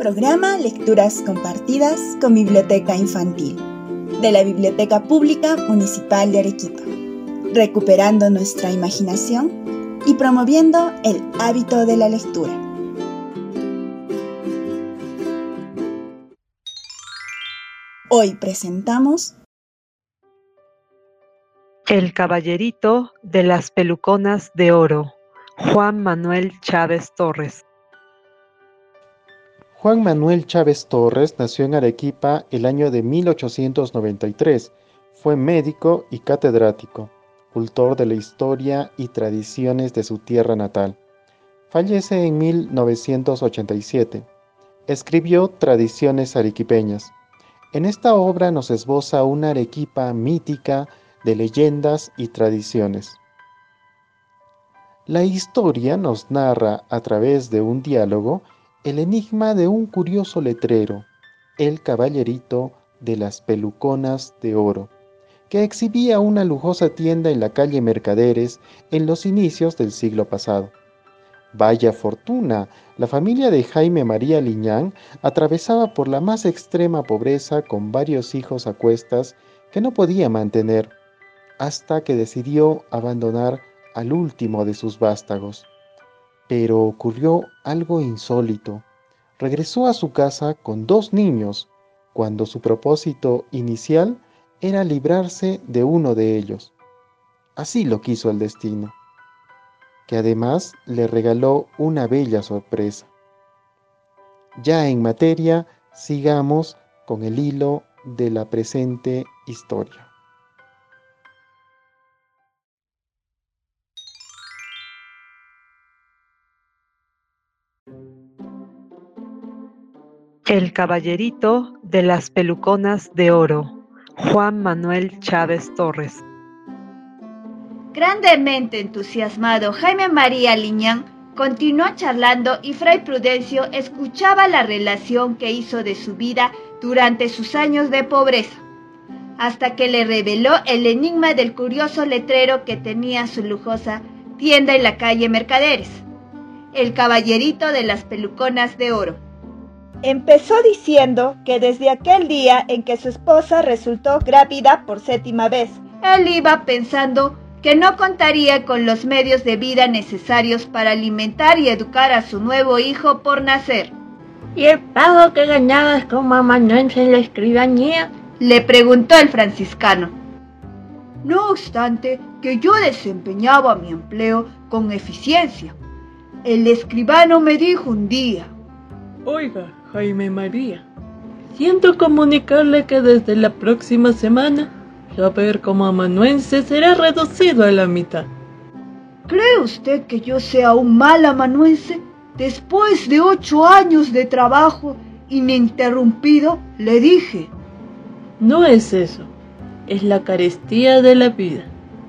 programa Lecturas Compartidas con Biblioteca Infantil de la Biblioteca Pública Municipal de Arequipa, recuperando nuestra imaginación y promoviendo el hábito de la lectura. Hoy presentamos El caballerito de las peluconas de oro, Juan Manuel Chávez Torres. Juan Manuel Chávez Torres nació en Arequipa el año de 1893. Fue médico y catedrático, cultor de la historia y tradiciones de su tierra natal. Fallece en 1987. Escribió Tradiciones arequipeñas. En esta obra nos esboza una Arequipa mítica de leyendas y tradiciones. La historia nos narra a través de un diálogo el enigma de un curioso letrero, el caballerito de las peluconas de oro, que exhibía una lujosa tienda en la calle Mercaderes en los inicios del siglo pasado. Vaya fortuna, la familia de Jaime María Liñán atravesaba por la más extrema pobreza con varios hijos a cuestas que no podía mantener, hasta que decidió abandonar al último de sus vástagos. Pero ocurrió algo insólito. Regresó a su casa con 2 niños, cuando su propósito inicial era librarse de uno de ellos. Así lo quiso el destino, que además le regaló una bella sorpresa. Ya en materia, sigamos con el hilo de la presente historia. El caballerito de las peluconas de oro, Juan Manuel Chávez Torres. Grandemente entusiasmado, Jaime María Liñán continuó charlando y Fray Prudencio escuchaba la relación que hizo de su vida durante sus años de pobreza, hasta que le reveló el enigma del curioso letrero que tenía su lujosa tienda en la calle Mercaderes, el caballerito de las peluconas de oro. Empezó diciendo que desde aquel día en que su esposa resultó grávida por 7ª vez, él iba pensando que no contaría con los medios de vida necesarios para alimentar y educar a su nuevo hijo por nacer. ¿Y el pago que ganabas como amanuense en la escribanía? Le preguntó el franciscano. No obstante que yo desempeñaba mi empleo con eficiencia, el escribano me dijo un día: Oiga, Jaime María, siento comunicarle que desde la próxima semana su haber como amanuense será reducido a la mitad. ¿Cree usted que yo sea un mal amanuense? Después de 8 años de trabajo ininterrumpido, le dije. No es eso, es la carestía de la vida.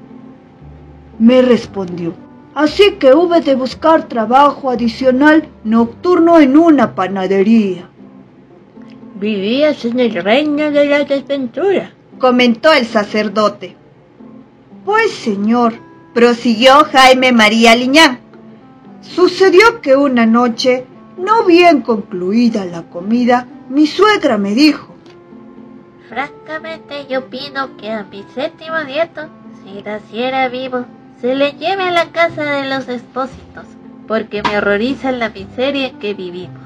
Me respondió. Así que hube de buscar trabajo adicional nocturno en una panadería. Vivías en el reino de la desventura, comentó el sacerdote. Pues señor, prosiguió Jaime María Liñán, sucedió que una noche, no bien concluida la comida, mi suegra me dijo: francamente yo opino que a mi 7º nieto, si naciera vivo, se le lleve a la casa de los Expósitos, porque me horroriza la miseria en que vivimos.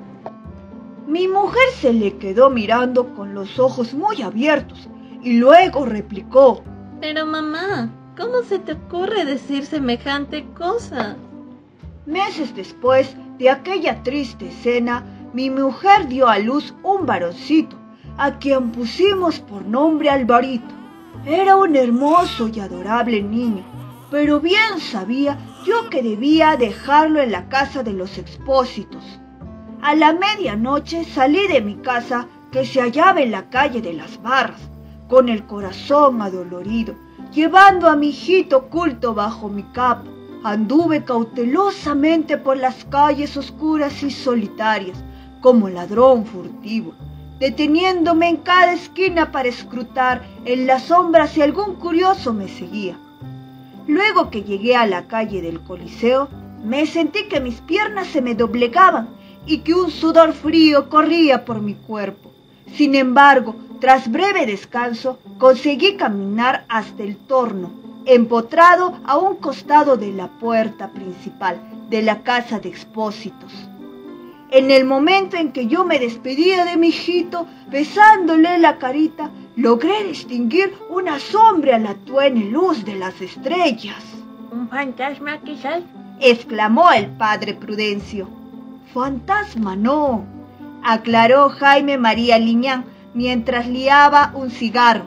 Mi mujer se le quedó mirando con los ojos muy abiertos y luego replicó: Pero mamá, ¿cómo se te ocurre decir semejante cosa? Meses después de aquella triste escena, mi mujer dio a luz un varoncito, a quien pusimos por nombre Alvarito. Era un hermoso y adorable niño, pero bien sabía yo que debía dejarlo en la casa de los Expósitos. A la medianoche salí de mi casa, que se hallaba en la calle de las Barras, con el corazón adolorido, llevando a mi hijito oculto bajo mi capa. Anduve cautelosamente por las calles oscuras y solitarias, como ladrón furtivo, deteniéndome en cada esquina para escrutar en las sombras si algún curioso me seguía. Luego que llegué a la calle del Coliseo, me sentí que mis piernas se me doblegaban y que un sudor frío corría por mi cuerpo. Sin embargo, tras breve descanso, conseguí caminar hasta el torno, empotrado a un costado de la puerta principal de la casa de Expósitos. En el momento en que yo me despedía de mi hijito, besándole la carita, logré distinguir una sombra a la tenue luz de las estrellas. ¿Un fantasma quizás? Exclamó el padre Prudencio. Fantasma no, aclaró Jaime María Liñán mientras liaba un cigarro.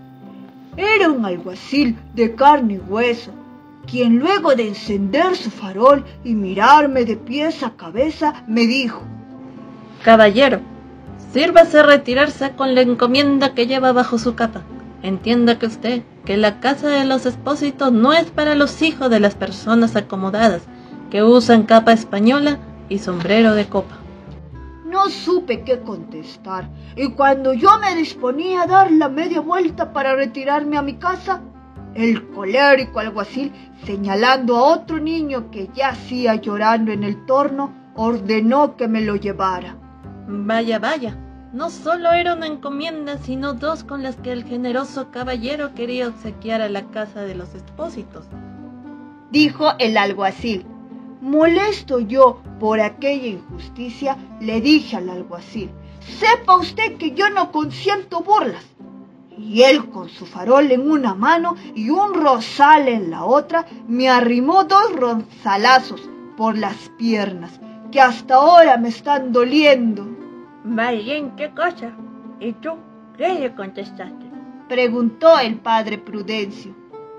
Era un alguacil de carne y hueso, quien luego de encender su farol y mirarme de pies a cabeza me dijo: Caballero, sírvase retirarse con la encomienda que lleva bajo su capa. Entienda que usted, que la casa de los Expósitos no es para los hijos de las personas acomodadas, que usan capa española y sombrero de copa. No supe qué contestar, y cuando yo me disponía a dar la media vuelta para retirarme a mi casa, el colérico alguacil, señalando a otro niño que yacía llorando en el torno, ordenó que me lo llevara. Vaya, vaya, no solo era una encomienda, sino dos con las que el generoso caballero quería obsequiar a la casa de los Expósitos, dijo el alguacil. Molesto yo por aquella injusticia, le dije al alguacil: sepa usted que yo no consiento burlas. Y él, con su farol en una mano y un rosal en la otra, me arrimó 2 ronzalazos por las piernas, que hasta ahora me están doliendo. Valiente cosa. ¿Y tú qué le contestaste? Preguntó el padre Prudencio.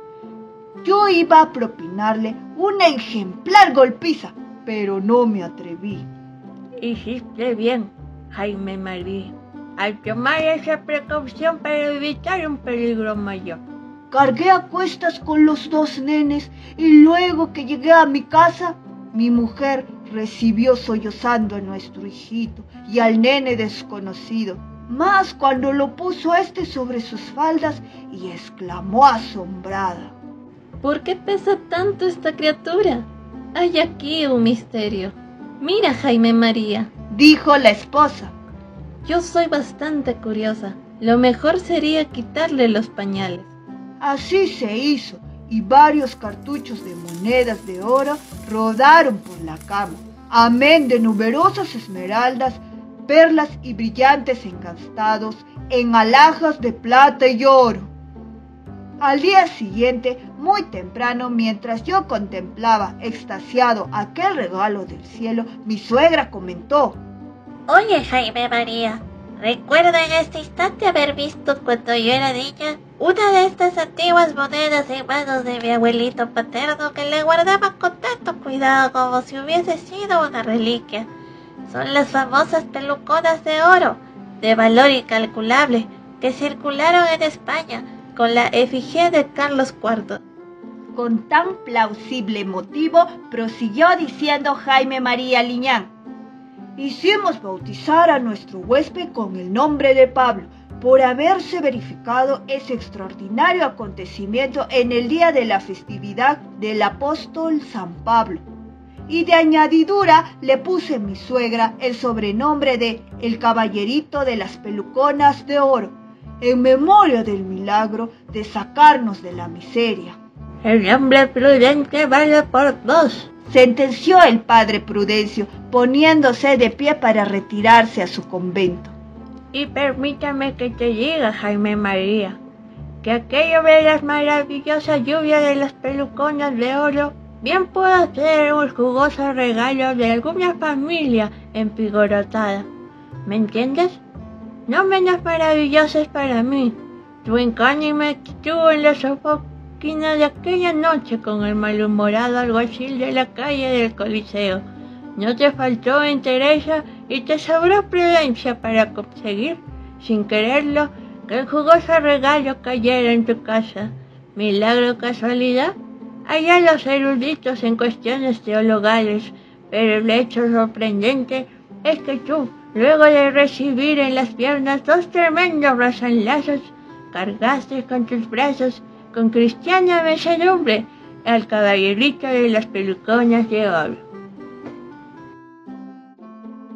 Yo iba a propinarle una ejemplar golpiza, pero no me atreví. Hiciste bien, Jaime María, al tomar esa precaución para evitar un peligro mayor. Cargué a cuestas con los 2 nenes y luego que llegué a mi casa, mi mujer recibió sollozando a nuestro hijito y al nene desconocido, más cuando lo puso sobre sus faldas y exclamó asombrada: ¿por qué pesa tanto esta criatura? Hay aquí un misterio. Mira, Jaime María, dijo la esposa. Yo soy bastante curiosa. Lo mejor sería quitarle los pañales. Así se hizo, y varios cartuchos de monedas de oro rodaron por la cama, amén de numerosas esmeraldas, perlas y brillantes engastados en alhajas de plata y oro. Al día siguiente, muy temprano, mientras yo contemplaba extasiado aquel regalo del cielo, mi suegra comentó: Oye, Jaime María, recuerdo en este instante haber visto cuando yo era niña una de estas antiguas monedas en manos de mi abuelito paterno, que le guardaba con tanto cuidado como si hubiese sido una reliquia. Son las famosas peluconas de oro, de valor incalculable, que circularon en España con la efigie de Carlos IV. Con tan plausible motivo, prosiguió diciendo Jaime María Liñán: hicimos bautizar a nuestro huésped con el nombre de Pablo, por haberse verificado ese extraordinario acontecimiento en el día de la festividad del apóstol San Pablo. Y de añadidura le puse a mi suegra el sobrenombre de el caballerito de las peluconas de oro, en memoria del milagro de sacarnos de la miseria. El hombre prudente vale por 2, sentenció el padre Prudencio, poniéndose de pie para retirarse a su convento. Y permítame que te diga, Jaime María, que aquello de las maravillosas lluvias de las peluconas de oro bien puede ser un jugoso regalo de alguna familia empingorotada. ¿Me entiendes? No menos maravilloso es para mí tu encánime actitud en la sofoquina de aquella noche con el malhumorado alguacil de la calle del Coliseo. No te faltó entereza y te sobró prudencia para conseguir, sin quererlo, que el jugoso regalo cayera en tu casa. ¿Milagro casualidad? Allá los eruditos en cuestiones teologales, pero el hecho sorprendente es que tú, luego de recibir en las piernas 2 tremendos razonlazos, cargaste con tus brazos con cristiana mansedumbre al caballerito de las peluconas de oro.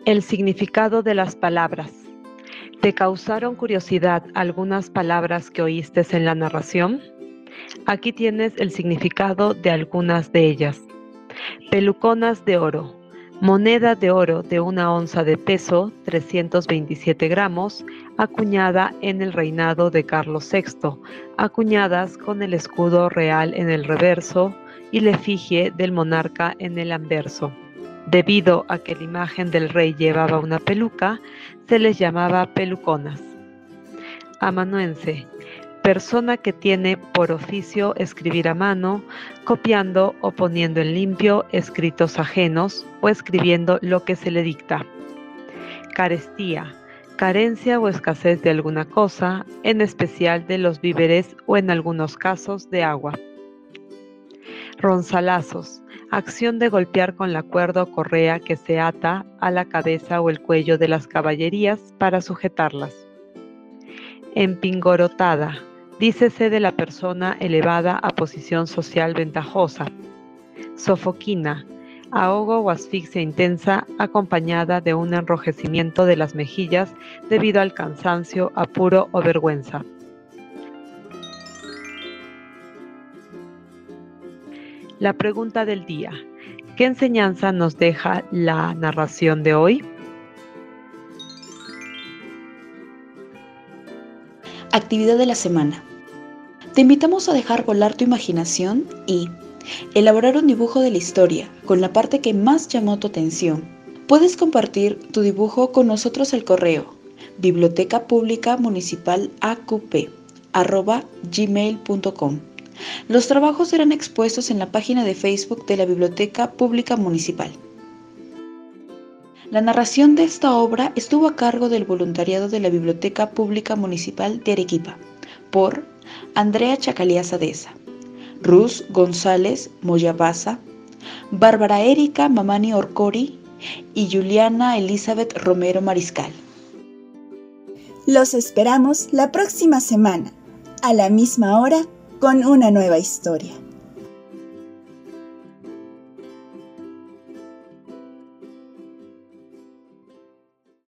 El significado de las palabras. ¿Te causaron curiosidad algunas palabras que oíste en la narración? Aquí tienes el significado de algunas de ellas. Peluconas de oro. Moneda de oro de 1 onza de peso, 327 gramos, acuñada en el reinado de Carlos VI, acuñadas con el escudo real en el reverso y la efigie del monarca en el anverso. Debido a que la imagen del rey llevaba una peluca, se les llamaba peluconas. Amanuense. Persona que tiene por oficio escribir a mano, copiando o poniendo en limpio escritos ajenos o escribiendo lo que se le dicta. Carestía, carencia o escasez de alguna cosa, en especial de los víveres o en algunos casos de agua. Ronzalazos, acción de golpear con la cuerda o correa que se ata a la cabeza o el cuello de las caballerías para sujetarlas. Empingorotada, dícese de la persona elevada a posición social ventajosa. Sofoquina, ahogo o asfixia intensa acompañada de un enrojecimiento de las mejillas debido al cansancio, apuro o vergüenza. La pregunta del día. ¿Qué enseñanza nos deja la narración de hoy? Actividad de la semana. Te invitamos a dejar volar tu imaginación y elaborar un dibujo de la historia con la parte que más llamó tu atención. Puedes compartir tu dibujo con nosotros al correo bibliotecapublicamunicipal@gmail.com. Los trabajos serán expuestos en la página de Facebook de la Biblioteca Pública Municipal. La narración de esta obra estuvo a cargo del voluntariado de la Biblioteca Pública Municipal de Arequipa, por Andrea Chacalía Sadeza, Ruz González Moyabaza, Bárbara Erika Mamani Orcori y Juliana Elizabeth Romero Mariscal. Los esperamos la próxima semana, a la misma hora, con una nueva historia.